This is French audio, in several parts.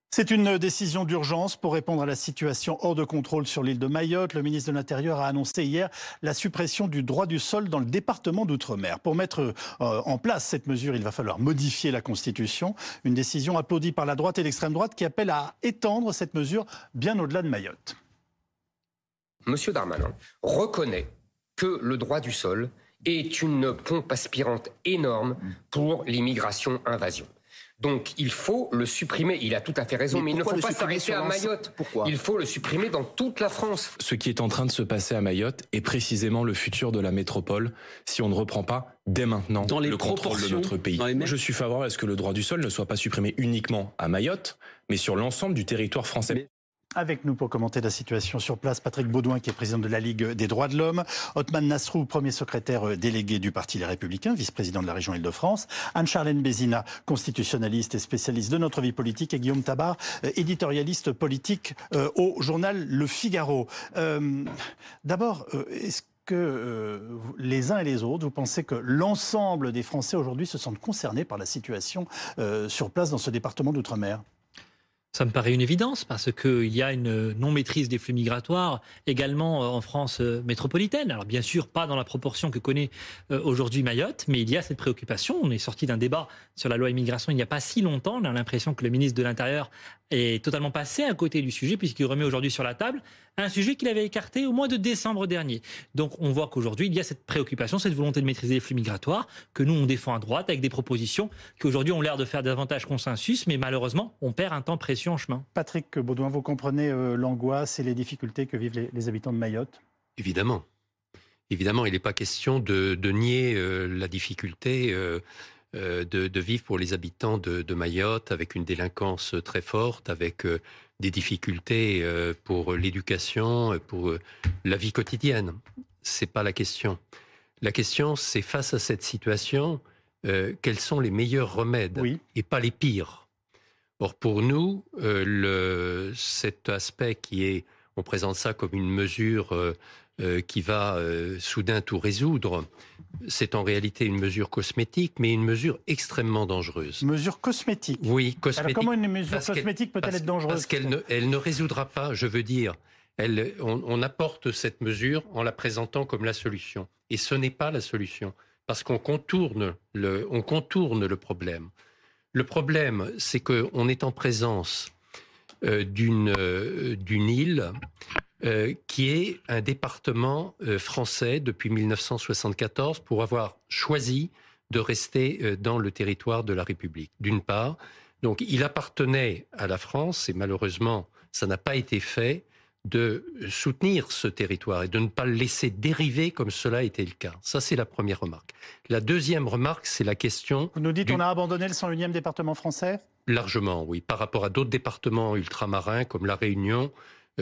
C'est une décision d'urgence pour répondre à la situation hors de contrôle sur l'île de Mayotte. Le ministre de l'Intérieur a annoncé hier la suppression du droit du sol dans le département d'Outre-mer. Pour mettre en place cette mesure, il va falloir modifier la Constitution. Une décision applaudie par la droite et l'extrême droite qui appelle à étendre cette mesure bien au-delà de Mayotte. Monsieur Darmanin reconnaît que le droit du sol est une pompe aspirante énorme pour l'immigration-invasion. Donc il faut le supprimer. Il a tout à fait raison, mais il ne faut pas s'arrêter à Mayotte. Pourquoi ? Il faut le supprimer dans toute la France. Ce qui est en train de se passer à Mayotte est précisément le futur de la métropole si on ne reprend pas dès maintenant le contrôle de notre pays. Je suis favorable à ce que le droit du sol ne soit pas supprimé uniquement à Mayotte, mais sur l'ensemble du territoire français. Avec nous pour commenter la situation sur place, Patrick Beaudouin, qui est président de la Ligue des droits de l'homme, Othmane Nasrou, premier secrétaire délégué du Parti Les Républicains, vice-président de la région Île-de-France, Anne-Charlène Bézina, constitutionnaliste et spécialiste de notre vie politique, et Guillaume Tabar, éditorialiste politique au journal Le Figaro. D'abord, est-ce que les uns et les autres, vous pensez que l'ensemble des Français aujourd'hui se sentent concernés par la situation sur place dans ce département d'Outre-mer ? Ça me paraît une évidence parce qu'il y a une non-maîtrise des flux migratoires également en France métropolitaine. Alors bien sûr, pas dans la proportion que connaît aujourd'hui Mayotte, mais il y a cette préoccupation. On est sorti d'un débat sur la loi immigration il n'y a pas si longtemps. On a l'impression que le ministre de l'Intérieur est totalement passé à côté du sujet puisqu'il remet aujourd'hui sur la table un sujet qu'il avait écarté au mois de décembre dernier. Donc on voit qu'aujourd'hui, il y a cette préoccupation, cette volonté de maîtriser les flux migratoires que nous, on défend à droite avec des propositions qui aujourd'hui ont l'air de faire davantage consensus, mais malheureusement, on perd un temps précieux en chemin. Patrick Beaudouin, vous comprenez l'angoisse et les difficultés que vivent les habitants de Mayotte ? Évidemment. Évidemment, il n'est pas question de nier la difficulté de vivre pour les habitants de Mayotte avec une délinquance très forte, avec des difficultés pour l'éducation, pour la vie quotidienne. C'est pas la question. La question, c'est face à cette situation, quels sont les meilleurs remèdes et pas les pires. Or, pour nous, cet aspect qui est, on présente ça comme une mesure qui va soudain tout résoudre, c'est en réalité une mesure cosmétique, mais une mesure extrêmement dangereuse. Mesure cosmétique ? Oui, cosmétique. Alors comment une mesure cosmétique peut-elle être dangereuse ? Parce qu'elle ne résoudra pas, je veux dire, on apporte cette mesure en la présentant comme la solution. Et ce n'est pas la solution, parce qu'on contourne le problème. Le problème, c'est qu'on est en présence d'une île qui est un département français depuis 1974 pour avoir choisi de rester dans le territoire de la République. D'une part, donc il appartenait à la France et malheureusement, ça n'a pas été fait de soutenir ce territoire et de ne pas le laisser dériver comme cela était le cas. Ça, c'est la première remarque. La deuxième remarque, c'est la question... Vous nous dites qu'on a abandonné le 101e département français ? Largement, oui. Par rapport à d'autres départements ultramarins comme la Réunion,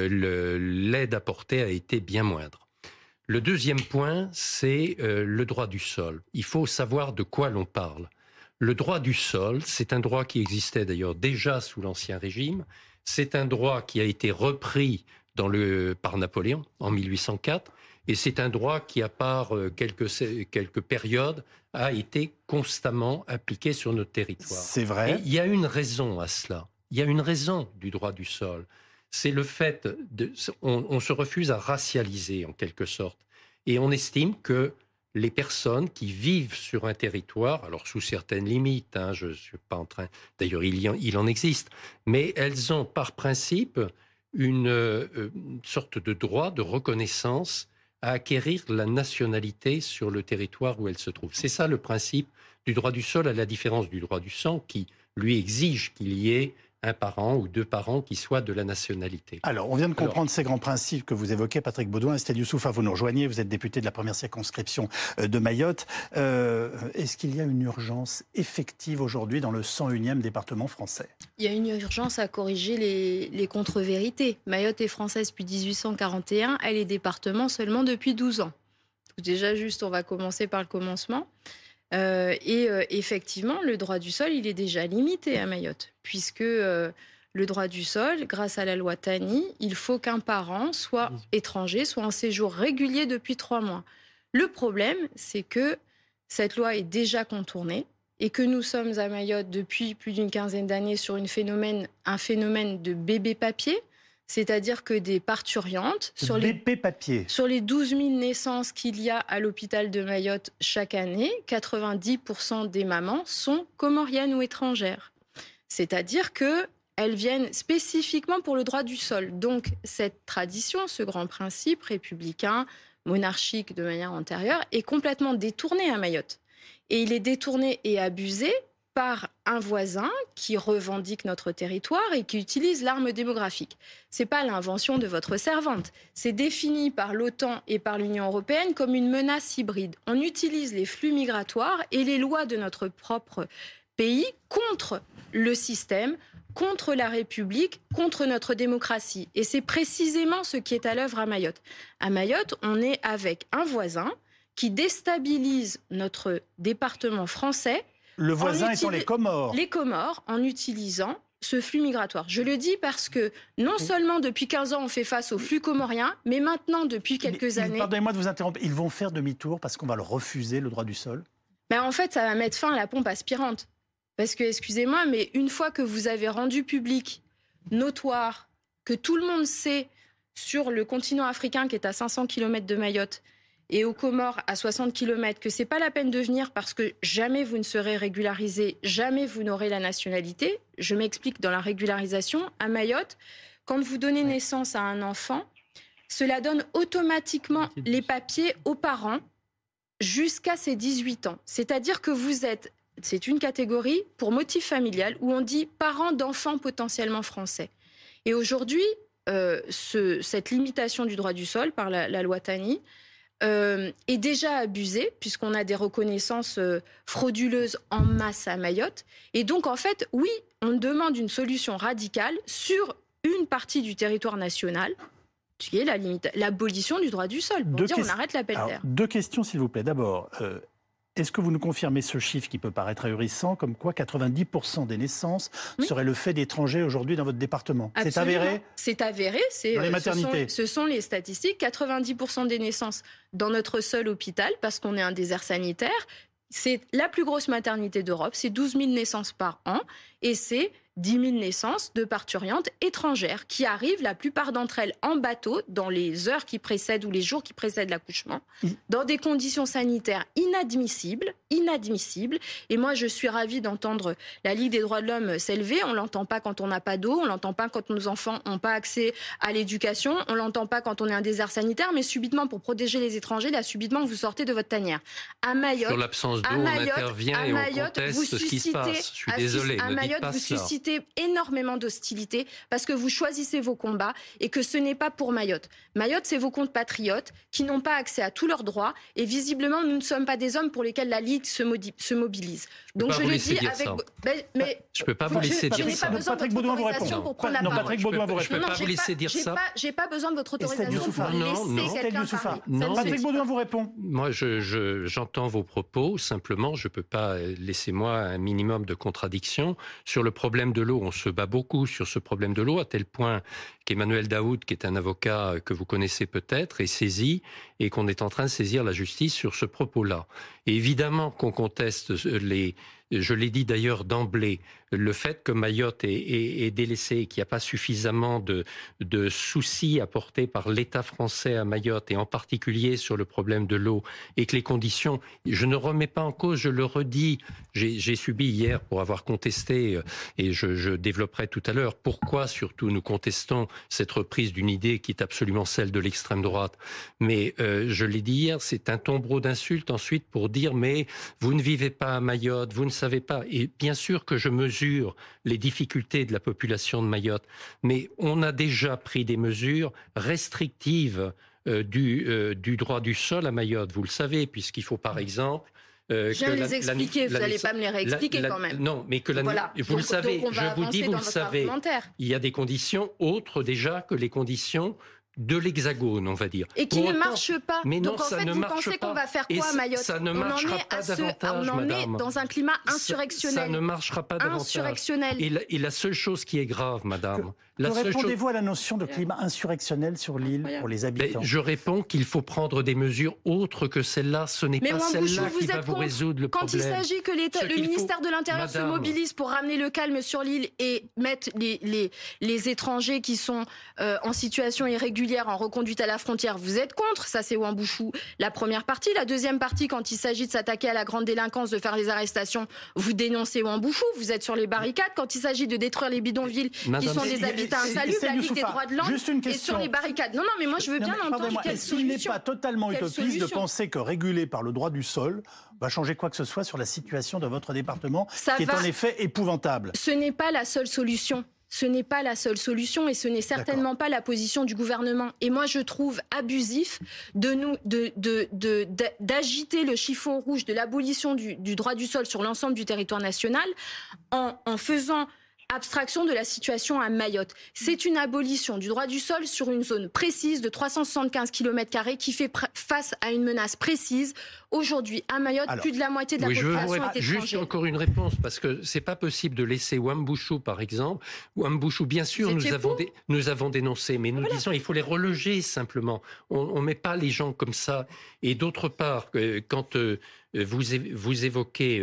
l'aide apportée a été bien moindre. Le deuxième point, c'est le droit du sol. Il faut savoir de quoi l'on parle. Le droit du sol, c'est un droit qui existait d'ailleurs déjà sous l'Ancien Régime. C'est un droit qui a été repris par Napoléon en 1804. Et c'est un droit qui, à part quelques périodes, a été constamment appliqué sur notre territoire. C'est vrai. Et il y a une raison à cela. Il y a une raison du droit du sol. C'est le fait on se refuse à racialiser en quelque sorte. Et on estime que les personnes qui vivent sur un territoire, alors sous certaines limites, je ne suis pas en train... D'ailleurs, il en existe. Mais elles ont par principe une sorte de droit de reconnaissance à acquérir la nationalité sur le territoire où elle se trouve. C'est ça le principe du droit du sol, à la différence du droit du sang, qui, lui, exige qu'il y ait un parent ou deux parents qui soient de la nationalité. Alors, on vient de comprendre ces grands principes que vous évoquez, Patrick Beaudouin. Estelle Youssouffa, vous nous rejoignez, vous êtes député de la première circonscription de Mayotte. Est-ce qu'il y a une urgence effective aujourd'hui dans le 101e département français ? Il y a une urgence à corriger les contre-vérités. Mayotte est française depuis 1841, elle est département seulement depuis 12 ans. Donc déjà, juste, on va commencer par le commencement. Effectivement, le droit du sol, il est déjà limité à Mayotte, puisque le droit du sol, grâce à la loi Tani, il faut qu'un parent soit étranger, soit en séjour régulier depuis 3 mois. Le problème, c'est que cette loi est déjà contournée et que nous sommes à Mayotte depuis plus d'une quinzaine d'années sur un phénomène de bébé papier, c'est-à-dire que des parturientes, sur les 12 000 naissances qu'il y a à l'hôpital de Mayotte chaque année, 90% des mamans sont comoriennes ou étrangères. C'est-à-dire qu'elles viennent spécifiquement pour le droit du sol. Donc cette tradition, ce grand principe républicain, monarchique de manière antérieure, est complètement détourné à Mayotte. Et il est détourné et abusé par un voisin qui revendique notre territoire et qui utilise l'arme démographique. Ce n'est pas l'invention de votre servante. C'est défini par l'OTAN et par l'Union européenne comme une menace hybride. On utilise les flux migratoires et les lois de notre propre pays contre le système, contre la République, contre notre démocratie. Et c'est précisément ce qui est à l'œuvre à Mayotte. À Mayotte, on est avec un voisin qui déstabilise notre département français. Le voisin étant les Comores. Les Comores, en utilisant ce flux migratoire. Je le dis parce que non seulement depuis 15 ans on fait face au flux comorien, mais maintenant depuis quelques années... Pardonnez-moi de vous interrompre, ils vont faire demi-tour parce qu'on va leur refuser le droit du sol? En fait, ça va mettre fin à la pompe aspirante. Parce que, excusez-moi, mais une fois que vous avez rendu public, notoire, que tout le monde sait sur le continent africain qui est à 500 km de Mayotte et aux Comores à 60 km, que c'est pas la peine de venir parce que jamais vous ne serez régularisé, jamais vous n'aurez la nationalité. Je m'explique, dans la régularisation, à Mayotte, quand vous donnez naissance à un enfant, cela donne automatiquement les papiers aux parents jusqu'à ses 18 ans. C'est-à-dire que c'est une catégorie pour motif familial où on dit parents d'enfants potentiellement français. Et aujourd'hui, cette limitation du droit du sol par la loi Tani est déjà abusée puisqu'on a des reconnaissances frauduleuses en masse à Mayotte. Et donc, en fait, oui, on demande une solution radicale sur une partie du territoire national, qui est l'abolition du droit du sol, pour dire on arrête l'appel d'air. 2 questions, s'il vous plaît. D'abord, est-ce que vous nous confirmez ce chiffre qui peut paraître ahurissant, comme quoi 90% des naissances seraient le fait d'étrangers aujourd'hui dans votre département? Absolument. C'est avéré? C'est avéré. Dans les maternités. Ce sont les statistiques. 90% des naissances dans notre seul hôpital, parce qu'on est un désert sanitaire. C'est la plus grosse maternité d'Europe. C'est 12 000 naissances par an. Et c'est 10 000 naissances de parturientes étrangères qui arrivent, la plupart d'entre elles en bateau, dans les heures qui précèdent ou les jours qui précèdent l'accouchement, dans des conditions sanitaires inadmissibles. Et moi, je suis ravie d'entendre la Ligue des droits de l'homme s'élever. On ne l'entend pas quand on n'a pas d'eau, on ne l'entend pas quand nos enfants n'ont pas accès à l'éducation, on ne l'entend pas quand on est un désert sanitaire, mais subitement, pour protéger les étrangers, là, subitement, vous sortez de votre tanière. À Mayotte, sur l'absence d'eau, on intervient et on conteste ce qui se passe. Je suis désolé, à Mayotte, vous suscitez énormément d'hostilité parce que vous choisissez vos combats et que ce n'est pas pour Mayotte. Mayotte, c'est vos compatriotes qui n'ont pas accès à tous leurs droits et visiblement, nous ne sommes pas des hommes pour lesquels la Ligue se mobilise. Donc je le dis avec... Mais je ne peux pas vous laisser dire ça. Patrick Beaudoin vous répond. Non, Patrick Beaudoin vous répond. Je ne peux pas vous laisser dire ça. J'ai pas besoin de votre autorisation pour laisser quelqu'un parler. Patrick Beaudoin vous répond. Moi, j'entends vos propos. Simplement, je ne peux pas... Laissez-moi un minimum de contradiction. Sur le problème de l'eau, on se bat beaucoup sur ce problème de l'eau, à tel point qu'Emmanuel Daoud, qui est un avocat que vous connaissez peut-être, est saisi et qu'on est en train de saisir la justice sur ce propos-là. Et évidemment qu'on conteste je l'ai dit d'ailleurs d'emblée, le fait que Mayotte est délaissée, qu'il n'y a pas suffisamment de soucis apportés par l'État français à Mayotte, et en particulier sur le problème de l'eau, et que les conditions, je ne remets pas en cause, je le redis, j'ai subi hier pour avoir contesté, et je développerai tout à l'heure, pourquoi surtout nous contestons cette reprise d'une idée qui est absolument celle de l'extrême droite. Mais je l'ai dit hier, c'est un tombereau d'insultes ensuite pour dire mais vous ne vivez pas à Mayotte, vous ne savez pas. Et bien sûr que je mesure les difficultés de la population de Mayotte, mais on a déjà pris des mesures restrictives du droit du sol à Mayotte. Vous le savez, puisqu'il faut par exemple... je viens les expliquer, vous n'allez pas me les réexpliquer quand même. Non, mais que voilà. Vous le savez, je vous dis, vous le savez. Il y a des conditions autres déjà que les conditions de l'Hexagone, on va dire. Et qui ne marchent pas. Mais non, donc en ça fait, ne vous marche pensez pas. qu'on va faire quoi à Mayotte? Ça ne marchera pas davantage, on en est dans un climat insurrectionnel. Ça ne marchera pas davantage. Insurrectionnel. Et la seule chose qui est grave, madame, Répondez-vous à la notion de climat insurrectionnel sur l'île pour les habitants? Je réponds qu'il faut prendre des mesures autres que celles-là. Ce n'est pas celle-là qui va vous résoudre le problème. Quand il s'agit que le ministère de l'Intérieur se mobilise pour ramener le calme sur l'île et mettre les étrangers qui sont en situation irrégulière en reconduite à la frontière, vous êtes contre. Ça, c'est Wambouchou, la première partie. La deuxième partie, quand il s'agit de s'attaquer à la grande délinquance, de faire les arrestations, vous dénoncez Wambouchou. Vous êtes sur les barricades. Quand il s'agit de détruire les bidonvilles qui sont des habitats insalubres, la Ligue des droits de l'homme est sur les barricades. Non, mais moi, je veux bien entendre quelle solution. Il n'est pas totalement utopiste de penser que réguler par le droit du sol va changer quoi que ce soit sur la situation de votre département, qui est en effet épouvantable. Ce n'est pas la seule solution. Ce n'est pas la seule solution et ce n'est certainement pas la position du gouvernement. Et moi, je trouve abusif d'agiter le chiffon rouge de l'abolition du droit du sol sur l'ensemble du territoire national en faisant abstraction de la situation à Mayotte. C'est une abolition du droit du sol sur une zone précise de 375 km² qui fait face à une menace précise. Aujourd'hui, à Mayotte, plus de la moitié de la population est étrangère. Juste encore une réponse, parce que c'est pas possible de laisser Wambouchou, par exemple. Wambouchou, bien sûr, nous avons dénoncé, mais nous disons il faut les reloger simplement. On met pas les gens comme ça. Et d'autre part, quand vous évoquez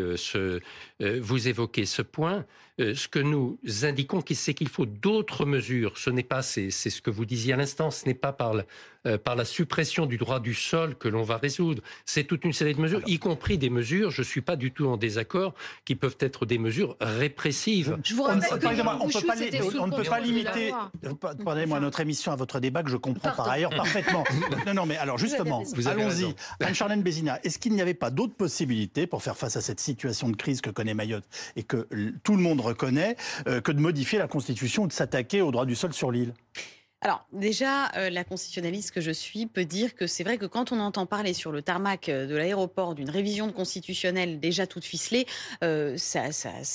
ce point, ce que nous indiquons, c'est qu'il faut d'autres mesures. Ce n'est pas, c'est ce que vous disiez à l'instant, ce n'est pas par la suppression du droit du sol que l'on va résoudre. C'est toute une série de mesures, y compris des mesures, je ne suis pas du tout en désaccord, qui peuvent être des mesures répressive. Je vous rappelle que on ne peut pas limiter, pardonnez-moi, notre émission à votre débat que je comprends par ailleurs parfaitement. Non, mais alors justement, allons-y. Anne-Charlène Bézina, est-ce qu'il n'y avait pas d'autres possibilités pour faire face à cette situation de crise que connaît Mayotte et que tout le monde reconnaît, que de modifier la Constitution ou de s'attaquer au droit du sol sur l'île? Alors déjà, la constitutionnaliste que je suis peut dire que c'est vrai que quand on entend parler sur le tarmac de l'aéroport d'une révision constitutionnelle déjà toute ficelée, ça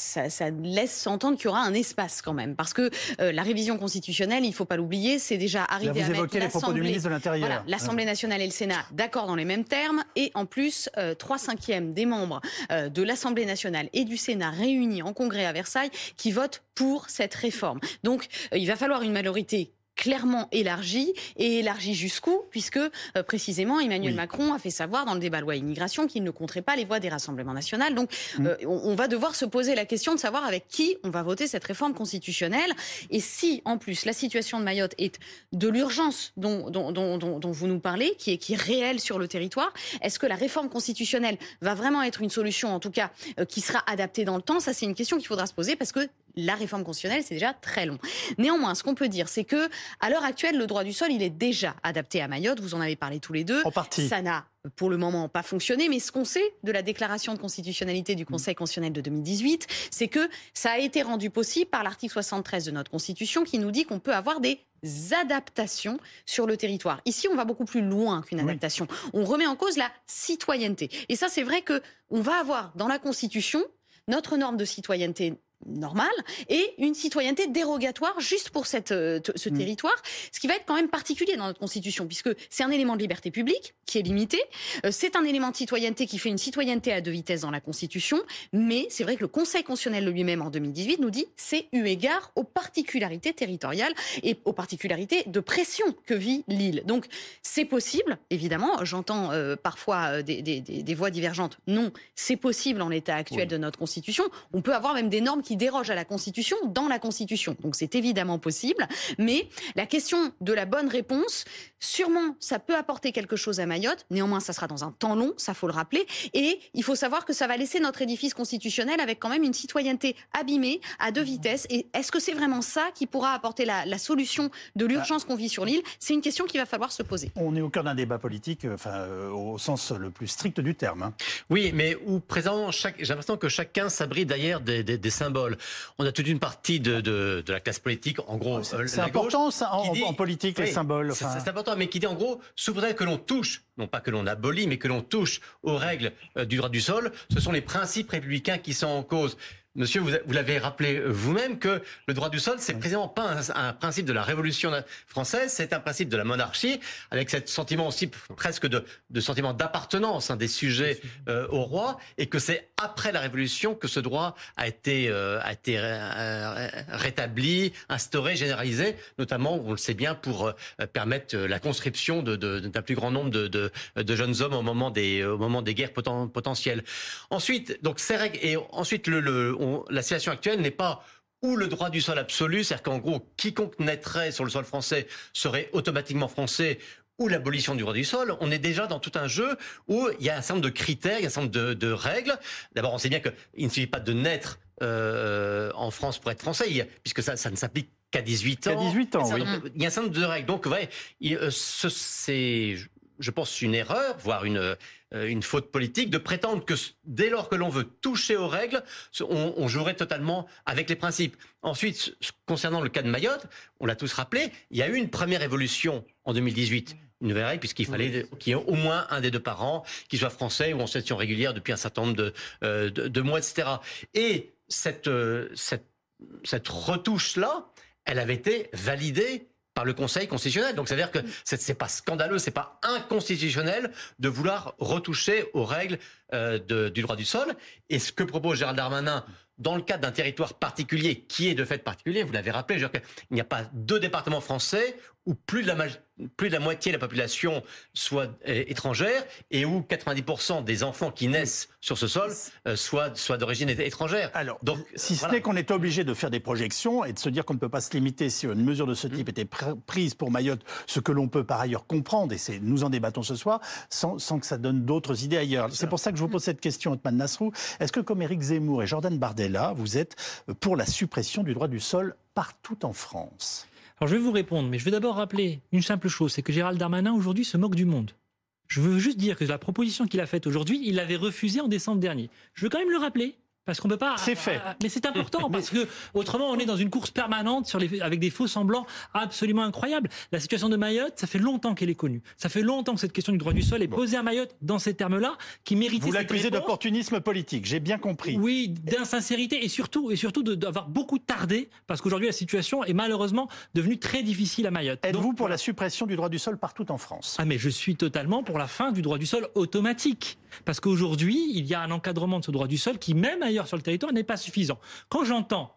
laisse entendre qu'il y aura un espace quand même. Parce que la révision constitutionnelle, il ne faut pas l'oublier, c'est déjà arrivé à mettre les propos du ministre de l'Intérieur. Voilà, l'Assemblée nationale et le Sénat d'accord dans les mêmes termes. Et en plus, 3/5 des membres de l'Assemblée nationale et du Sénat réunis en congrès à Versailles qui votent pour cette réforme. Donc il va falloir une majorité clairement élargie, et élargie jusqu'où, puisque précisément Emmanuel Macron a fait savoir dans le débat loi immigration qu'il ne compterait pas les voix des rassemblements nationaux. Donc on va devoir se poser la question de savoir avec qui on va voter cette réforme constitutionnelle. Et si en plus la situation de Mayotte est de l'urgence dont vous nous parlez, qui est réelle sur le territoire, est-ce que la réforme constitutionnelle va vraiment être une solution, en tout cas qui sera adaptée dans le temps? Ça, c'est une question qu'il faudra se poser, parce que la réforme constitutionnelle, c'est déjà très long. Néanmoins, ce qu'on peut dire, c'est que à l'heure actuelle, le droit du sol, il est déjà adapté à Mayotte. Vous en avez parlé tous les deux. En partie. Ça n'a pour le moment pas fonctionné, mais ce qu'on sait de la déclaration de constitutionnalité du Conseil constitutionnel de 2018, c'est que ça a été rendu possible par l'article 73 de notre Constitution, qui nous dit qu'on peut avoir des adaptations sur le territoire. Ici, on va beaucoup plus loin qu'une adaptation. On remet en cause la citoyenneté. Et ça, c'est vrai que on va avoir dans la Constitution notre norme de citoyenneté normale et une citoyenneté dérogatoire juste pour ce territoire, ce qui va être quand même particulier dans notre Constitution, puisque c'est un élément de liberté publique qui est limité, c'est un élément de citoyenneté qui fait une citoyenneté à deux vitesses dans la Constitution, mais c'est vrai que le Conseil constitutionnel lui-même en 2018 nous dit c'est eu égard aux particularités territoriales et aux particularités de pression que vit l'île. Donc c'est possible, évidemment, j'entends parfois des voix divergentes, non, c'est possible en l'état actuel de notre Constitution, on peut avoir même des normes qui dérogent à la Constitution dans la Constitution. Donc c'est évidemment possible, mais la question de la bonne réponse, sûrement ça peut apporter quelque chose à Mayotte, néanmoins ça sera dans un temps long, ça faut le rappeler, et il faut savoir que ça va laisser notre édifice constitutionnel avec quand même une citoyenneté abîmée à deux vitesses, et est-ce que c'est vraiment ça qui pourra apporter la solution de l'urgence qu'on vit sur l'île? C'est une question qu'il va falloir se poser. On est au cœur d'un débat politique, au sens le plus strict du terme. Hein. Oui, mais où présent, j'ai l'impression que chacun s'abrite derrière des symboles. On a toute une partie de la classe politique, en gros, c'est important gauche, ça, en politique, les symboles. C'est important, mais qui dit en gros, sous prétexte que l'on touche, non pas que l'on abolit, mais que l'on touche aux règles du droit du sol, ce sont les principes républicains qui sont en cause. Monsieur, vous l'avez rappelé vous-même que le droit du sol, c'est précisément pas un principe de la Révolution française, c'est un principe de la monarchie, avec ce sentiment aussi presque de sentiment d'appartenance des sujets au roi, et que c'est après la Révolution que ce droit a été rétabli, instauré, généralisé, notamment, on le sait bien, pour permettre la conscription d'un plus grand nombre de jeunes hommes au moment des guerres potentielles. Ensuite, donc ces règles, et ensuite la situation actuelle n'est pas ou le droit du sol absolu, c'est-à-dire qu'en gros, quiconque naîtrait sur le sol français serait automatiquement français, ou l'abolition du droit du sol. On est déjà dans tout un jeu où il y a un certain nombre de critères, il y a un certain nombre de règles. D'abord, on sait bien qu'il ne suffit pas de naître en France pour être français, puisque ça ne s'applique qu'à 18 ans. Qu'à 18 ans, oui. Il y a un certain nombre de règles. Donc, c'est, je pense, une erreur, voire une faute politique, de prétendre que dès lors que l'on veut toucher aux règles, on jouerait totalement avec les principes. Ensuite, concernant le cas de Mayotte, on l'a tous rappelé, il y a eu une première évolution en 2018. Une nouvelle règle, puisqu'il fallait qu'il y ait au moins un des deux parents qui soit français ou en situation régulière depuis un certain nombre de mois, etc. Et cette retouche-là, elle avait été validée par le Conseil constitutionnel. Donc, c'est-à-dire que c'est pas scandaleux, c'est pas inconstitutionnel de vouloir retoucher aux règles du droit du sol. Et ce que propose Gérald Darmanin, dans le cadre d'un territoire particulier, qui est de fait particulier, vous l'avez rappelé, il n'y a pas 2 départements français où plus de la moitié de la population soit étrangère et où 90% des enfants qui naissent sur ce sol soient d'origine étrangère. Alors, donc, si ce n'est qu'on est obligé de faire des projections et de se dire qu'on ne peut pas se limiter si une mesure de ce type était prise pour Mayotte, ce que l'on peut par ailleurs comprendre, et nous en débattons ce soir, sans que ça donne d'autres idées ailleurs. C'est pour ça que je vous pose cette question, Othmane Nasrou. Est-ce que, comme Éric Zemmour et Jordan Bardella, vous êtes pour la suppression du droit du sol partout en France ? Alors je vais vous répondre, mais je vais d'abord rappeler une simple chose, c'est que Gérald Darmanin aujourd'hui se moque du monde. Je veux juste dire que la proposition qu'il a faite aujourd'hui, il l'avait refusée en décembre dernier. Je veux quand même le rappeler. Parce qu'on ne peut pas. C'est fait. Mais c'est important parce que autrement on est dans une course permanente avec des faux semblants absolument incroyables. La situation de Mayotte, ça fait longtemps qu'elle est connue. Ça fait longtemps que cette question du droit du sol est posée à Mayotte dans ces termes-là, qui méritait. Vous l'accusez d'opportunisme politique, j'ai bien compris. Oui, d'insincérité et surtout d'avoir beaucoup tardé parce qu'aujourd'hui la situation est malheureusement devenue très difficile à Mayotte. Êtes-vous pour la suppression du droit du sol partout en France ? Ah mais je suis totalement pour la fin du droit du sol automatique. Parce qu'aujourd'hui, il y a un encadrement de ce droit du sol qui, même ailleurs sur le territoire, n'est pas suffisant. Quand j'entends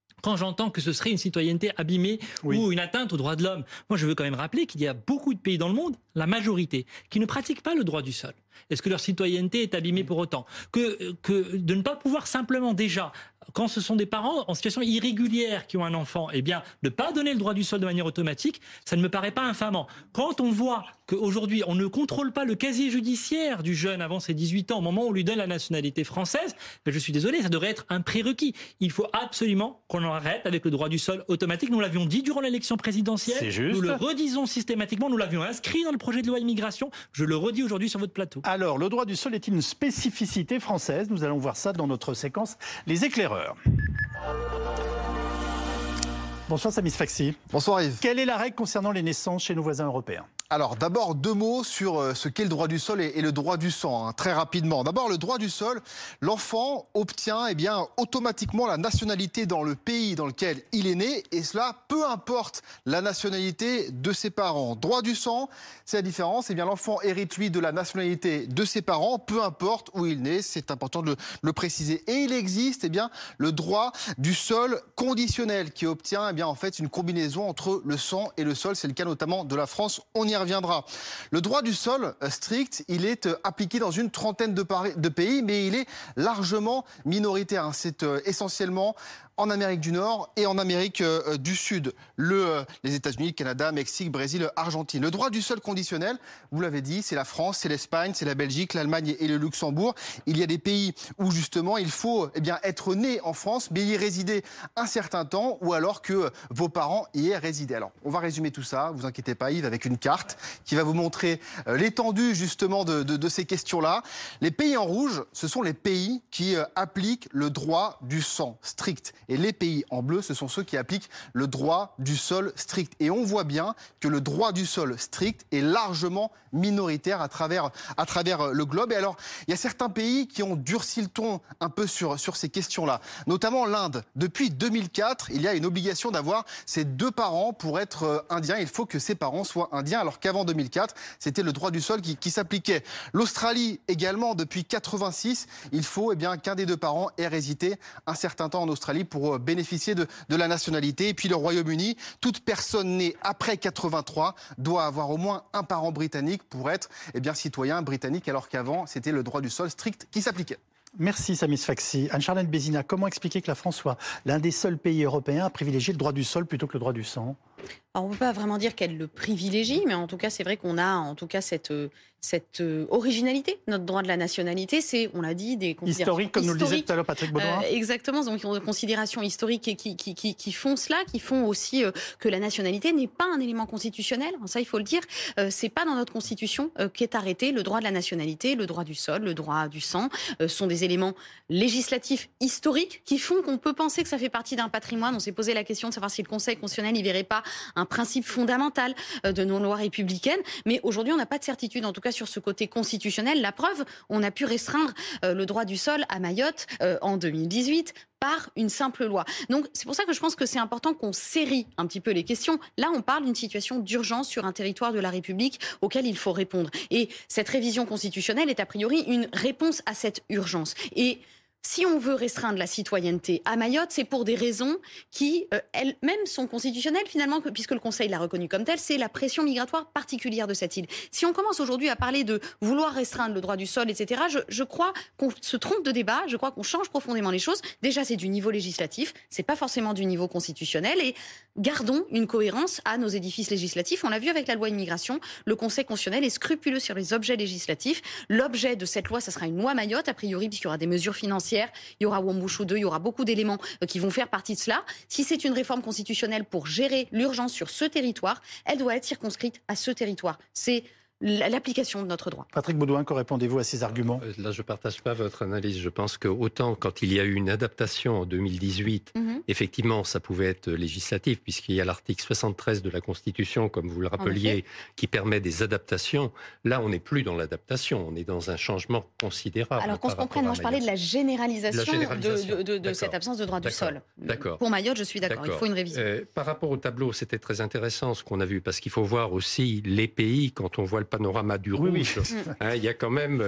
que ce serait une citoyenneté abîmée ou une atteinte aux droits de l'homme, moi je veux quand même rappeler qu'il y a beaucoup de pays dans le monde, la majorité, qui ne pratiquent pas le droit du sol. Est-ce que leur citoyenneté est abîmée pour autant ? Que de ne pas pouvoir simplement déjà, quand ce sont des parents en situation irrégulière qui ont un enfant, eh bien, ne pas donner le droit du sol de manière automatique, ça ne me paraît pas infamant. Quand on voit qu'aujourd'hui, on ne contrôle pas le casier judiciaire du jeune avant ses 18 ans, au moment où on lui donne la nationalité française, ben je suis désolé, ça devrait être un prérequis. Il faut absolument qu'on en arrête avec le droit du sol automatique. Nous l'avions dit durant l'élection présidentielle. C'est juste. Nous le redisons systématiquement. Nous l'avions inscrit dans le projet de loi immigration. Je le redis aujourd'hui sur votre plateau. Alors, le droit du sol est une spécificité française. Nous allons voir ça dans notre séquence Les éclaireurs. Bonsoir Samy Sfaxi. Bonsoir Yves. Quelle est la règle concernant les naissances chez nos voisins européens ? Alors d'abord 2 mots sur ce qu'est le droit du sol et le droit du sang, très rapidement. D'abord le droit du sol, l'enfant obtient automatiquement la nationalité dans le pays dans lequel il est né, et cela peu importe la nationalité de ses parents. Droit du sang, c'est la différence, l'enfant hérite lui de la nationalité de ses parents, peu importe où il est né, c'est important de le préciser. Et il existe le droit du sol conditionnel qui obtient en fait une combinaison entre le sang et le sol, c'est le cas notamment de la France, on y reviendra. Le droit du sol strict, il est appliqué dans une trentaine de pays, mais il est largement minoritaire. C'est essentiellement en Amérique du Nord et en Amérique du Sud. Les États-Unis, le Canada, Mexique, Brésil, Argentine. Le droit du sol conditionnel, vous l'avez dit, c'est la France, c'est l'Espagne, c'est la Belgique, l'Allemagne et le Luxembourg. Il y a des pays où justement il faut être né en France, mais y résider un certain temps, ou alors que vos parents y aient résidé. Alors, on va résumer tout ça, vous inquiétez pas Yves, avec une carte qui va vous montrer l'étendue justement de ces questions-là. Les pays en rouge, ce sont les pays qui appliquent le droit du sang strict. et les pays en bleu, ce sont ceux qui appliquent le droit du sol strict. Et on voit bien que le droit du sol strict est largement minoritaire à travers le globe. Et alors, il y a certains pays qui ont durci le ton un peu sur ces questions-là, notamment l'Inde. Depuis 2004, il y a une obligation d'avoir ses 2 parents pour être indien. Il faut que ses parents soient indiens, alors qu'avant 2004, c'était le droit du sol qui s'appliquait. L'Australie également, depuis 86, il faut qu'un des 2 parents ait résidé un certain temps en Australie pour bénéficier de la nationalité. Et puis le Royaume-Uni, toute personne née après 83 doit avoir au moins un parent britannique pour être citoyen britannique, alors qu'avant, c'était le droit du sol strict qui s'appliquait. Merci Sami Sfaxi. Anne-Charlène Bézina, comment expliquer que la France soit l'un des seuls pays européens à privilégier le droit du sol plutôt que le droit du sang ? Alors, on ne peut pas vraiment dire qu'elle le privilégie, mais en tout cas, c'est vrai qu'on a cette originalité. Notre droit de la nationalité, c'est, on l'a dit, des considérations historiques, comme nous le disait tout à l'heure Patrick Baudouin. Exactement, donc des considérations historiques qui font cela, qui font aussi que la nationalité n'est pas un élément constitutionnel. Ça, il faut le dire. C'est pas dans notre constitution qu'est arrêté le droit de la nationalité, le droit du sol, le droit du sang. Sont des éléments législatifs historiques qui font qu'on peut penser que ça fait partie d'un patrimoine. On s'est posé la question de savoir si le Conseil constitutionnel n'y verrait pas un principe fondamental de nos lois républicaines. Mais aujourd'hui, on n'a pas de certitude, en tout cas sur ce côté constitutionnel. La preuve, on a pu restreindre le droit du sol à Mayotte en 2018 par une simple loi. Donc c'est pour ça que je pense que c'est important qu'on série un petit peu les questions. Là, on parle d'une situation d'urgence sur un territoire de la République auquel il faut répondre. Et cette révision constitutionnelle est a priori une réponse à cette urgence. Et si on veut restreindre la citoyenneté à Mayotte, c'est pour des raisons qui, elles-mêmes, sont constitutionnelles finalement, puisque le Conseil l'a reconnu comme telle, c'est la pression migratoire particulière de cette île. Si on commence aujourd'hui à parler de vouloir restreindre le droit du sol, etc., je crois qu'on se trompe de débat, je crois qu'on change profondément les choses. Déjà, c'est du niveau législatif, c'est pas forcément du niveau constitutionnel, et gardons une cohérence à nos édifices législatifs. On l'a vu avec la loi immigration, le Conseil constitutionnel est scrupuleux sur les objets législatifs. L'objet de cette loi, ça sera une loi Mayotte, a priori, puisqu'il y aura des mesures financières. Il y aura Wambushu 2, il y aura beaucoup d'éléments qui vont faire partie de cela. Si c'est une réforme constitutionnelle pour gérer l'urgence sur ce territoire, elle doit être circonscrite à ce territoire. C'est l'application de notre droit. Patrick Baudouin, que répondez-vous à ces arguments ? Là, je ne partage pas votre analyse. Je pense que autant quand il y a eu une adaptation en 2018, effectivement, ça pouvait être législatif, puisqu'il y a l'article 73 de la Constitution, comme vous le rappeliez, qui permet des adaptations. Là, on n'est plus dans l'adaptation, on est dans un changement considérable. Alors qu'on se comprenne, moi je parlais de la généralisation de cette absence de droit du sol. D'accord. Pour Mayotte, je suis d'accord, il faut une révision. Par rapport au tableau, c'était très intéressant ce qu'on a vu, parce qu'il faut voir aussi les pays, quand on voit le panorama du rouge. Il y a quand même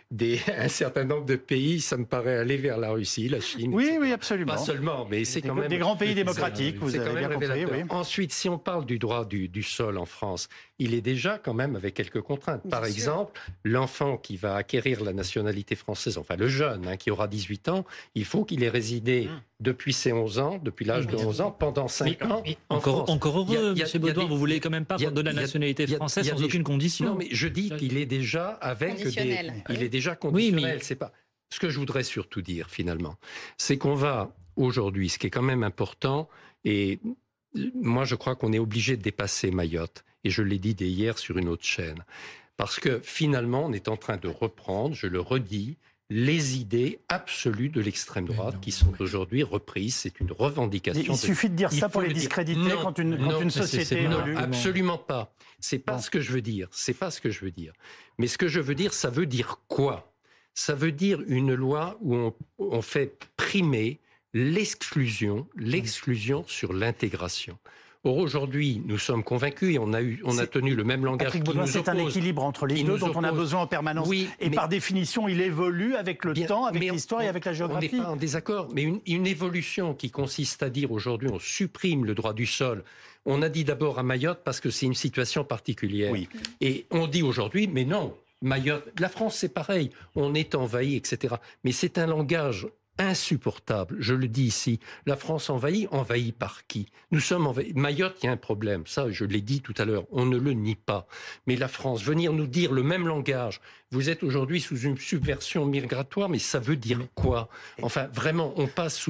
un certain nombre de pays, ça me paraît aller vers la Russie, la Chine. Oui, absolument. Pas seulement, mais c'est quand même... Des grands pays démocratiques, vous avez bien compris. Oui. Ensuite, si on parle du droit du sol en France, il est déjà quand même avec quelques contraintes. Par exemple, l'enfant qui va acquérir la nationalité française, enfin le jeune qui aura 18 ans, il faut qu'il ait résidé depuis ses 11 ans, depuis l'âge de 11 ans, pendant 5 ans. Encore heureux, M. Baudouin, vous voulez quand même pas de la nationalité française sans aucune condition. Non, mais je dis qu'il est déjà avec il est déjà conditionnel. C'est pas ce que je voudrais surtout dire finalement, c'est qu'on va aujourd'hui, ce qui est quand même important, et moi je crois qu'on est obligé de dépasser Mayotte, et je l'ai dit dès hier sur une autre chaîne, parce que finalement on est en train de reprendre, je le redis, les idées absolues de l'extrême droite qui sont aujourd'hui reprises. C'est une revendication. Il suffit de dire ça pour les discréditer quand une société évolue. Absolument pas. C'est pas ce que je veux dire. C'est pas ce que je veux dire. Mais ce que je veux dire, ça veut dire quoi ? Ça veut dire une loi où on fait primer l'exclusion sur l'intégration. Or, aujourd'hui, nous sommes convaincus et on a tenu le même langage qui nous oppose. C'est un équilibre entre les deux dont on a besoin en permanence. Oui, et par définition, il évolue avec le temps, avec l'histoire et avec la géographie. On n'est pas en désaccord, mais une évolution qui consiste à dire aujourd'hui on supprime le droit du sol. On a dit d'abord à Mayotte parce que c'est une situation particulière. Oui. Et on dit aujourd'hui, mais non, Mayotte, la France c'est pareil, on est envahi, etc. Mais c'est un langage insupportable, je le dis ici. La France envahie par qui ? Nous sommes envahis. Mayotte, il y a un problème, ça je l'ai dit tout à l'heure, on ne le nie pas. Mais la France, venir nous dire le même langage, vous êtes aujourd'hui sous une subversion migratoire, mais ça veut dire quoi ? Enfin, vraiment, on passe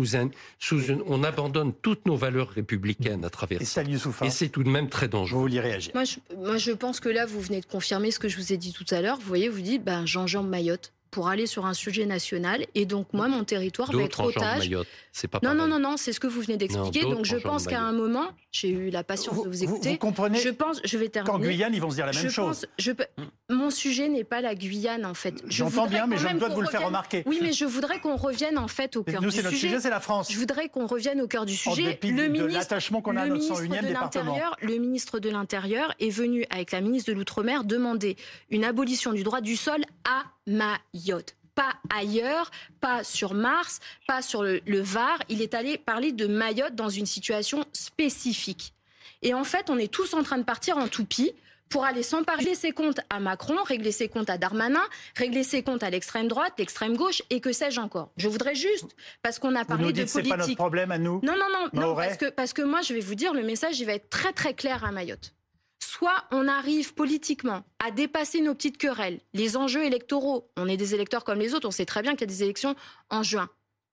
on abandonne toutes nos valeurs républicaines à travers ça. Et c'est tout de même très dangereux. Vous vouliez réagir ? Moi, je pense que là, vous venez de confirmer ce que je vous ai dit tout à l'heure. Vous voyez, vous dites, j'enjambe Mayotte. pour aller sur un sujet national. Et donc, moi, mon territoire va être otage. C'est pas non, c'est ce que c'est ce que vous venez d'expliquer. Donc, je pense qu'à un moment, j'ai eu la patience de vous écouter. Vous comprenez, je vais terminer. Qu'en Guyane, ils vont se dire la même chose. Mon sujet n'est pas la Guyane, en fait. J'entends bien, mais je me dois de vous le faire remarquer. Oui, mais je voudrais qu'on revienne, en fait, au cœur du sujet. Nous, c'est notre sujet, c'est la France. Je voudrais qu'on revienne au cœur du sujet. En dépit de l'attachement qu'on a à notre 101e département. Le ministre de l'Intérieur est venu, avec la ministre de l'Outre-mer, demander une abolition du droit du sol à Mayotte. Pas ailleurs, pas sur Mars, pas sur le Var. Il est allé parler de Mayotte dans une situation spécifique. Et en fait, on est tous en train de partir en toupie pour aller s'emparer, régler ses comptes à Macron, régler ses comptes à Darmanin, régler ses comptes à l'extrême droite, l'extrême gauche et que sais-je encore. Je voudrais juste, parce qu'on a parlé de politique... c'est pas notre problème à nous. Non, parce que moi, je vais vous dire, le message, il va être très très clair à Mayotte. Soit on arrive politiquement à dépasser nos petites querelles, les enjeux électoraux. On est des électeurs comme les autres, on sait très bien qu'il y a des élections en juin.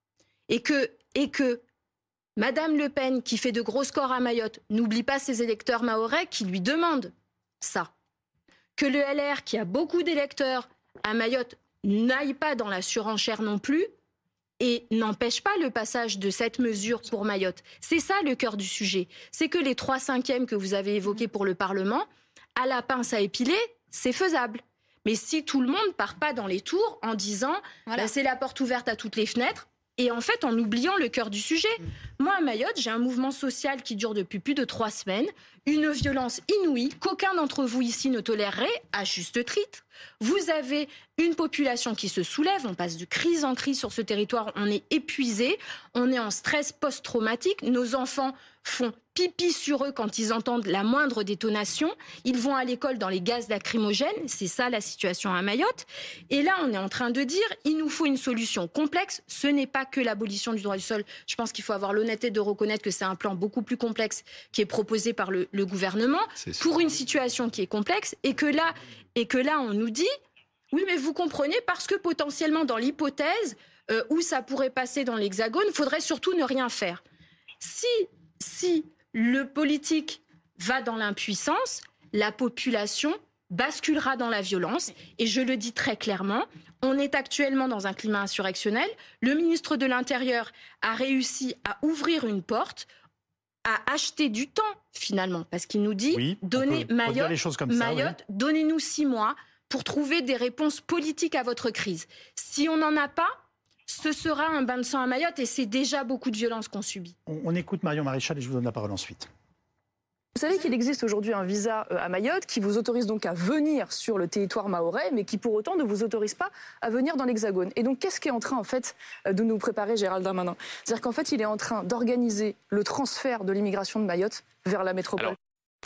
Et que Madame Le Pen, qui fait de gros scores à Mayotte, n'oublie pas ses électeurs mahorais qui lui demandent ça. Que le LR, qui a beaucoup d'électeurs à Mayotte, n'aille pas dans la surenchère non plus et n'empêche pas le passage de cette mesure pour Mayotte. C'est ça le cœur du sujet. C'est que les 3/5 que vous avez évoqués pour le Parlement, à la pince à épiler, c'est faisable. Mais si tout le monde part pas dans les tours en disant c'est la porte ouverte à toutes les fenêtres, et en fait en oubliant le cœur du sujet. Moi à Mayotte, j'ai un mouvement social qui dure depuis plus de 3 semaines, une violence inouïe qu'aucun d'entre vous ici ne tolérerait, à juste titre. Vous avez une population qui se soulève, on passe de crise en crise sur ce territoire, on est épuisé, on est en stress post-traumatique, nos enfants font pipi sur eux quand ils entendent la moindre détonation, ils vont à l'école dans les gaz lacrymogènes, c'est ça la situation à Mayotte. Et là, on est en train de dire, il nous faut une solution complexe, ce n'est pas que l'abolition du droit du sol, je pense qu'il faut avoir l'honnêteté de reconnaître que c'est un plan beaucoup plus complexe qui est proposé par le gouvernement, pour une situation qui est complexe, et que là on nous dit, oui mais vous comprenez, parce que potentiellement dans l'hypothèse où ça pourrait passer dans l'Hexagone, il faudrait surtout ne rien faire. Si le politique va dans l'impuissance, la population basculera dans la violence. Et je le dis très clairement, on est actuellement dans un climat insurrectionnel. Le ministre de l'Intérieur a réussi à ouvrir une porte, à acheter du temps finalement, parce qu'il nous dit, donnez Mayotte, donnez-nous 6 mois pour trouver des réponses politiques à votre crise. Si on n'en a pas, ce sera un bain de sang à Mayotte et c'est déjà beaucoup de violence qu'on subit. On écoute Marion Maréchal et je vous donne la parole ensuite. Vous savez qu'il existe aujourd'hui un visa à Mayotte qui vous autorise donc à venir sur le territoire mahorais, mais qui pour autant ne vous autorise pas à venir dans l'Hexagone. Et donc qu'est-ce qu'est en train en fait de nous préparer Gérald Darmanin ? C'est-à-dire qu'en fait il est en train d'organiser le transfert de l'immigration de Mayotte vers la métropole.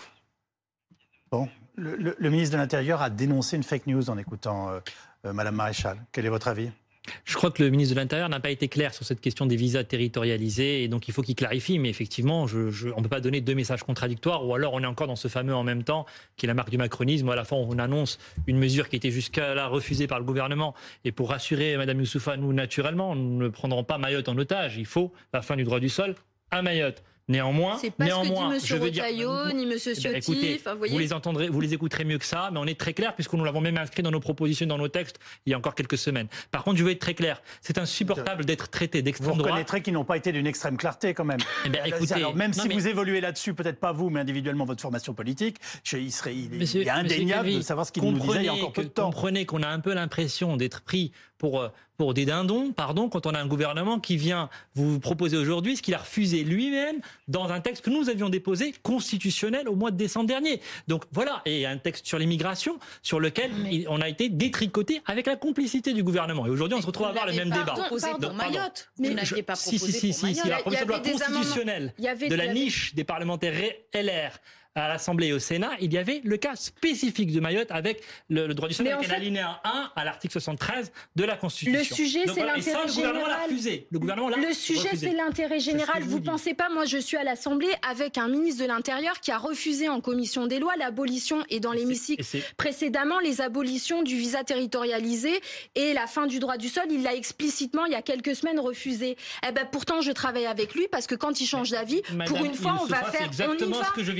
Bon, le ministre de l'Intérieur a dénoncé une fake news en écoutant Madame Maréchal. Quel est votre avis ? Je crois que le ministre de l'Intérieur n'a pas été clair sur cette question des visas territorialisés et donc il faut qu'il clarifie. Mais effectivement, on ne peut pas donner 2 messages contradictoires ou alors on est encore dans ce fameux en même temps qui est la marque du macronisme où à la fin on annonce une mesure qui était jusqu'à là refusée par le gouvernement. Et pour rassurer Mme Youssoufa, nous naturellement, nous ne prendrons pas Mayotte en otage. Il faut la fin du droit du sol à Mayotte. Néanmoins, c'est pas ce que dit M. Retailleau, ni M. Ciotti. Écoutez, vous les entendrez, vous les écouterez mieux que ça, mais on est très clair puisque nous l'avons même inscrit dans nos propositions, dans nos textes, il y a encore quelques semaines. Par contre, je veux être très clair, c'est insupportable d'être traité d'extrême droite. Vous reconnaîtrez qu'ils n'ont pas été d'une extrême clarté quand même. Écoutez, alors, même si vous évoluez là-dessus, peut-être pas vous, mais individuellement votre formation politique, il est indéniable de savoir ce qu'il nous disait il y a encore peu de temps. Comprenez qu'on a un peu l'impression d'être pris pour des dindons, quand on a un gouvernement qui vient vous proposer aujourd'hui ce qu'il a refusé lui-même dans un texte que nous avions déposé constitutionnel au mois de décembre dernier. Donc voilà, et un texte sur l'immigration sur lequel on a été détricoté avec la complicité du gouvernement. Et aujourd'hui, on se retrouve à avoir le même débat. Pour Mayotte. Vous n'aviez pas proposé pour Mayotte. La proposition de loi constitutionnelle de la niche des parlementaires LR à l'Assemblée et au Sénat, il y avait le cas spécifique de Mayotte avec le droit du sol avec l'alinéa 1 à l'article 73 de la Constitution. Le sujet, c'est l'intérêt général. Le gouvernement l'a refusé. Le sujet, c'est l'intérêt général. Vous ne pensez pas, moi je suis à l'Assemblée avec un ministre de l'Intérieur qui a refusé en commission des lois l'abolition et dans l'hémicycle précédemment les abolitions du visa territorialisé et la fin du droit du sol. Il l'a explicitement il y a quelques semaines refusé. Pourtant, je travaille avec lui parce que quand il change d'avis, pour une fois, on va faire. C'est exactement ce que je viens de vous dire.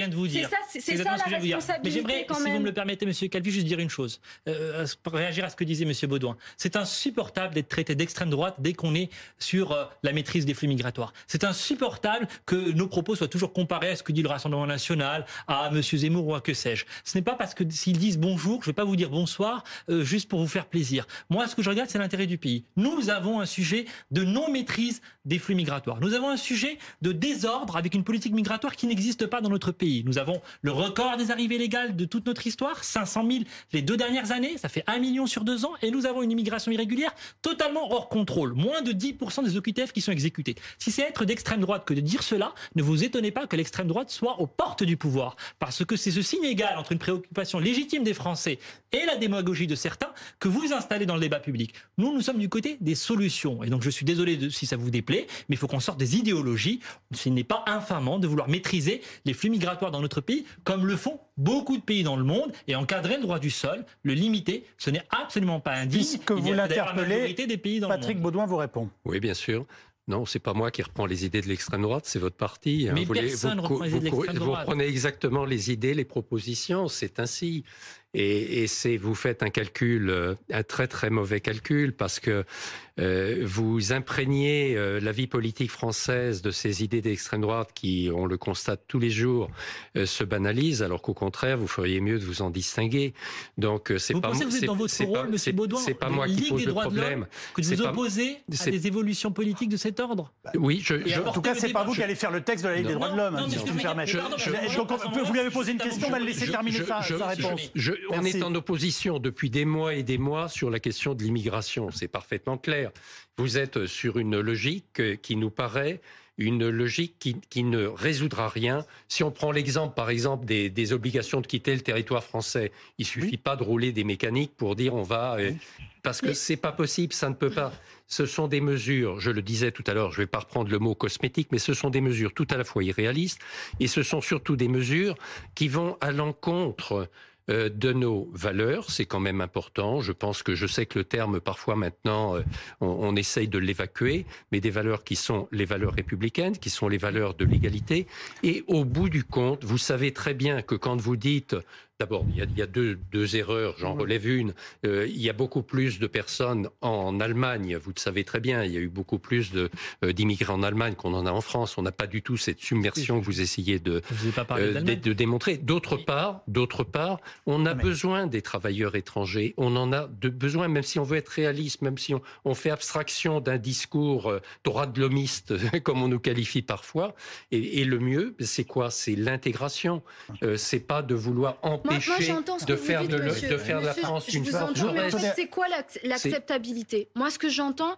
c'est ça la responsabilité. Mais j'aimerais, quand même. Si vous me le permettez, Monsieur Calvi, juste dire une chose, pour réagir à ce que disait Monsieur Baudouin. C'est insupportable d'être traité d'extrême droite dès qu'on est sur la maîtrise des flux migratoires. C'est insupportable que nos propos soient toujours comparés à ce que dit le Rassemblement national, à Monsieur Zemmour ou à que sais-je. Ce n'est pas parce que s'ils disent bonjour, je ne vais pas vous dire bonsoir juste pour vous faire plaisir. Moi, ce que je regarde, c'est l'intérêt du pays. Nous avons un sujet de non-maîtrise des flux migratoires. Nous avons un sujet de désordre avec une politique migratoire qui n'existe pas dans notre pays. Nous avons le record des arrivées légales de toute notre histoire, 500 000 les 2 dernières années, ça fait 1 million sur 2 ans, et nous avons une immigration irrégulière totalement hors contrôle. Moins de 10% des OQTF qui sont exécutés. Si c'est être d'extrême droite que de dire cela, ne vous étonnez pas que l'extrême droite soit aux portes du pouvoir. Parce que c'est ce signe égal entre une préoccupation légitime des Français et la démagogie de certains que vous installez dans le débat public. Nous sommes du côté des solutions. Et donc je suis désolé si ça vous déplaît, mais il faut qu'on sorte des idéologies. Ce n'est pas infamant de vouloir maîtriser les flux migratoires dans notre pays, comme le font beaucoup de pays dans le monde, et encadrer le droit du sol, le limiter, ce n'est absolument pas indigne. Puisque vous l'interpellez, Patrick Baudouin vous répond. Oui, bien sûr. Non, c'est pas moi qui reprends les idées de l'extrême droite, c'est votre parti. Mais personne ne reprend les idées de l'extrême droite. Vous reprenez exactement les idées, les propositions, c'est ainsi. Et vous faites un calcul, un très très mauvais calcul, parce que vous imprégnez la vie politique française de ces idées d'extrême droite qui, on le constate tous les jours, se banalisent, alors qu'au contraire, vous feriez mieux de vous en distinguer. Donc c'est vous pas pensez que vous êtes dans votre rôle, Monsieur Baudouin, c'est pas moi qui pose le problème. Que de vous opposer à des évolutions politiques de cet ordre. Oui, en tout cas, c'est pas vous qui allez faire le texte de la Ligue des droits de l'homme, si je peux me permettre. Vous lui avez posé une question, on va le laisser terminer sa réponse. On est en opposition depuis des mois et des mois sur la question de l'immigration. C'est parfaitement clair. Vous êtes sur une logique qui nous paraît une logique qui ne résoudra rien. Si on prend l'exemple, par exemple, des obligations de quitter le territoire français, il suffit pas de rouler des mécaniques pour dire on va... parce que c'est pas possible, ça ne peut pas. Ce sont des mesures, je le disais tout à l'heure, je vais pas reprendre le mot cosmétique, mais ce sont des mesures tout à la fois irréalistes, et ce sont surtout des mesures qui vont à l'encontre de nos valeurs, c'est quand même important. Je sais que le terme, parfois maintenant, on essaye de l'évacuer, mais des valeurs qui sont les valeurs républicaines, qui sont les valeurs de l'égalité. Et au bout du compte, vous savez très bien que quand vous dites... D'abord, il y a deux erreurs, j'en relève une. Il y a beaucoup plus de personnes en Allemagne, vous le savez très bien, il y a eu beaucoup plus d'immigrés en Allemagne qu'on en a en France. On n'a pas du tout cette submersion que vous essayez de démontrer. D'autre part, on a besoin des travailleurs étrangers. On en a besoin, même si on veut être réaliste, même si on fait abstraction d'un discours droit de l'homiste, comme on nous qualifie parfois. Et le mieux, c'est quoi? C'est l'intégration. C'est pas de vouloir empêcher de faire de la France une forteresse. C'est quoi l'acceptabilité? Moi, ce que j'entends,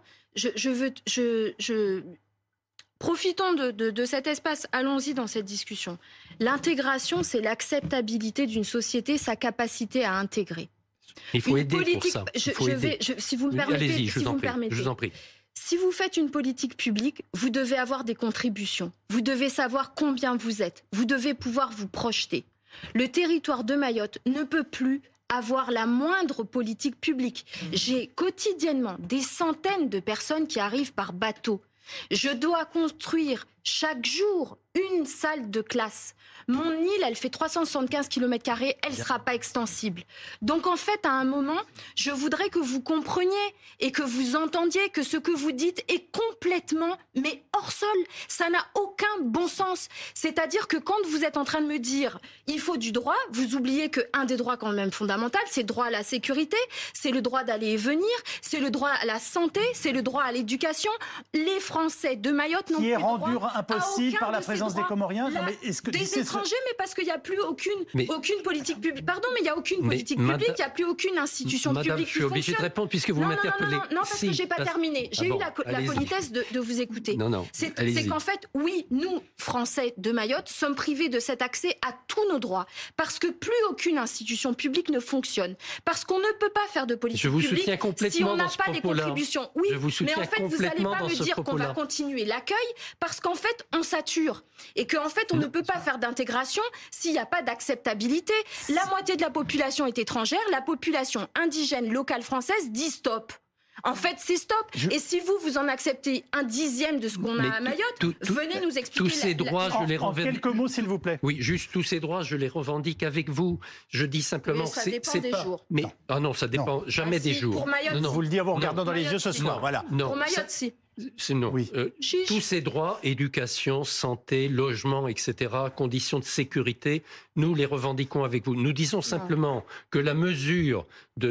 profitons de cet espace, allons-y dans cette discussion. L'intégration, c'est l'acceptabilité d'une société, sa capacité à intégrer. Il faut aider pour ça. Si vous me permettez, allez-y, je vous en prie. Si vous faites une politique publique, vous devez avoir des contributions. Vous devez savoir combien vous êtes. Vous devez pouvoir vous projeter. Le territoire de Mayotte ne peut plus avoir la moindre politique publique. J'ai quotidiennement des centaines de personnes qui arrivent par bateau. Je dois construire chaque jour une salle de classe. Mon île, elle fait 375 km², elle ne sera pas extensible. Donc en fait, à un moment, je voudrais que vous compreniez et que vous entendiez que ce que vous dites est complètement, mais hors sol. Ça n'a aucun bon sens. C'est-à-dire que quand vous êtes en train de me dire il faut du droit, vous oubliez qu'un des droits quand même fondamental, c'est le droit à la sécurité, c'est le droit d'aller et venir, c'est le droit à la santé, c'est le droit à l'éducation. Les Français de Mayotte n'ont plus droit impossible par la présence des Comoriens. Des étrangers, mais parce qu'il n'y a plus aucune politique publique. Pardon, mais il n'y a aucune politique publique, il n'y a plus aucune institution publique qui fonctionne. Je suis obligé de répondre puisque vous m'interpellez. Non, parce que je n'ai pas terminé. J'ai eu la politesse de vous écouter. C'est qu'en fait, oui, nous, Français de Mayotte, sommes privés de cet accès à tous nos droits. Parce que plus aucune institution publique ne fonctionne. Parce qu'on ne peut pas faire de politique publique si on n'a pas les contributions. Oui, mais en fait, vous n'allez pas me dire qu'on va continuer l'accueil parce qu'en fait, on sature. Et qu'en fait, on ne peut pas faire d'intégration s'il n'y a pas d'acceptabilité. La moitié de la population est étrangère. La population indigène locale française dit stop. En fait, c'est stop. Et si vous en acceptez un dixième de ce qu'on a à Mayotte, venez nous expliquer. Tous ces droits, je les revendique. En quelques mots, s'il vous plaît. Oui, juste tous ces droits, je les revendique avec vous. Je dis simplement que ça dépend des jours. Mais non, ça dépend jamais des jours. Pour Mayotte, vous le dites en vous regardant dans les yeux ce soir. Voilà. Pour Mayotte, si. Non. Oui. Tous ces droits, éducation, santé, logement, etc., conditions de sécurité, nous les revendiquons avec vous. Nous disons simplement que la mesure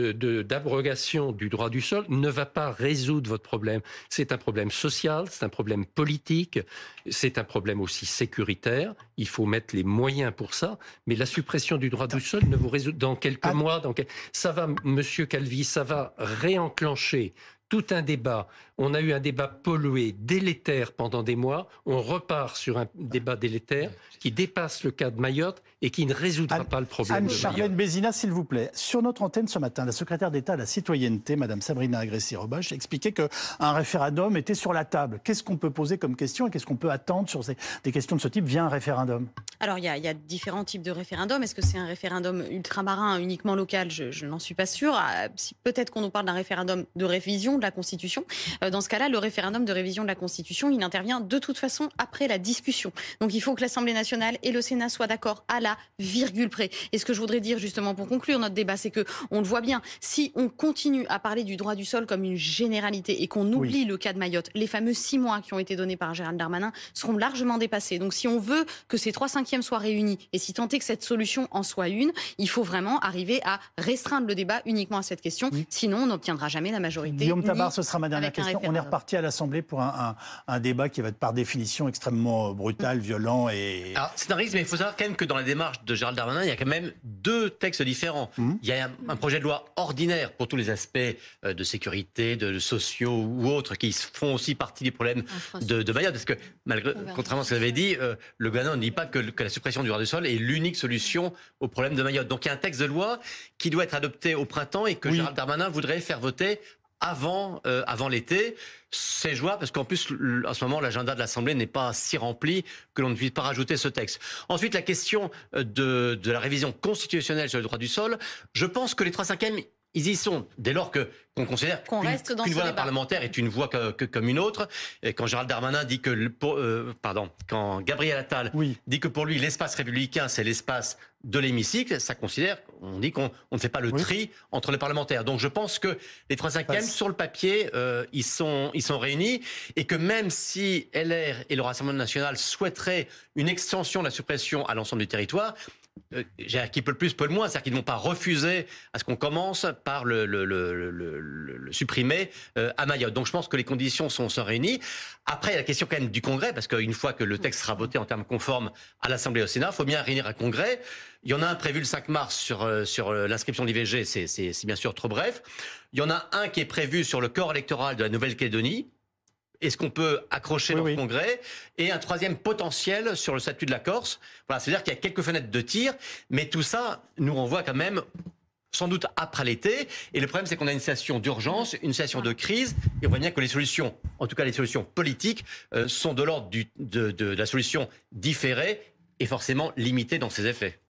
d'abrogation du droit du sol ne va pas résoudre votre problème. C'est un problème social, c'est un problème politique, c'est un problème aussi sécuritaire. Il faut mettre les moyens pour ça. Mais la suppression du droit du sol ne vous résout dans quelques mois. Ça va, Monsieur Calvi, ça va réenclencher tout un débat. On a eu un débat pollué, délétère pendant des mois. On repart sur un débat délétère qui dépasse le cas de Mayotte et qui ne résoudra pas le problème de Mayotte. Anne-Charlène Bézina, s'il vous plaît. Sur notre antenne ce matin, la secrétaire d'État à la citoyenneté, Madame Sabrina Agresti-Rebach, expliquait qu'un référendum était sur la table. Qu'est-ce qu'on peut poser comme question et qu'est-ce qu'on peut attendre sur des questions de ce type via un référendum? Alors, il y a différents types de référendums. Est-ce que c'est un référendum ultramarin, uniquement local? Je n'en suis pas sûre. Peut-être qu'on nous parle d'un référendum de révision de la Constitution. Dans ce cas-là, le référendum de révision de la Constitution, il intervient de toute façon après la discussion. Donc, il faut que l'Assemblée nationale et le Sénat soient d'accord à la virgule près. Et ce que je voudrais dire justement pour conclure notre débat, c'est que on le voit bien, si on continue à parler du droit du sol comme une généralité et qu'on oublie le cas de Mayotte, les fameux 6 mois qui ont été donnés par Gérald Darmanin seront largement dépassés. Donc, si on veut que ces 3/5 soient réunis et si tant est que cette solution en soit une, il faut vraiment arriver à restreindre le débat uniquement à cette question. Sinon, on n'obtiendra jamais la majorité. Guillaume Tabar, ce sera ma dernière question. On est reparti à l'Assemblée pour un débat qui va être par définition extrêmement brutal, violent et... Alors, c'est un risque, mais il faut savoir quand même que dans la démarche de Gérald Darmanin, il y a quand même 2 textes différents. Il y a un projet de loi ordinaire pour tous les aspects de sécurité, de sociaux ou autres, qui font aussi partie des problèmes de Mayotte. Parce que, contrairement à ce que vous avez dit, le gouvernement ne dit pas que la suppression du droit du sol est l'unique solution au problème de Mayotte. Donc il y a un texte de loi qui doit être adopté au printemps et que Gérald Darmanin voudrait faire voter avant l'été. C'est jouable parce qu'en plus, en ce moment, l'agenda de l'Assemblée n'est pas si rempli que l'on ne puisse pas rajouter ce texte. Ensuite, la question de la révision constitutionnelle sur le droit du sol. Je pense que les 3/5, ils y sont, dès lors qu'on considère qu'une voix d'un parlementaire est une voix comme une autre. Et quand Gérald Darmanin dit que... quand Gabriel Attal dit que pour lui, l'espace républicain, c'est l'espace de l'hémicycle, on dit qu'on ne fait pas le tri entre les parlementaires. Donc je pense que les 3/5, sur le papier, ils sont réunis et que même si LR et le Rassemblement national souhaiteraient une extension de la suppression à l'ensemble du territoire, qui peut le plus, peut le moins, c'est-à-dire qu'ils ne vont pas refuser à ce qu'on commence par le supprimer à Mayotte. Donc je pense que les conditions sont réunies. Après, il y a la question quand même du Congrès, parce qu'une fois que le texte sera voté en termes conformes à l'Assemblée et au Sénat, il faut bien réunir un Congrès. Il y en a un prévu le 5 mars sur l'inscription de l'IVG, c'est bien sûr trop bref. Il y en a un qui est prévu sur le corps électoral de la Nouvelle-Calédonie. Est-ce qu'on peut accrocher dans le Congrès? Et un 3e potentiel sur le statut de la Corse. Voilà, c'est-à-dire qu'il y a quelques fenêtres de tir, mais tout ça nous renvoie quand même sans doute après l'été. Et le problème, c'est qu'on a une situation d'urgence, une situation de crise, et on voit bien que les solutions, en tout cas les solutions politiques, sont de l'ordre de la solution différée et forcément limitée dans ses effets.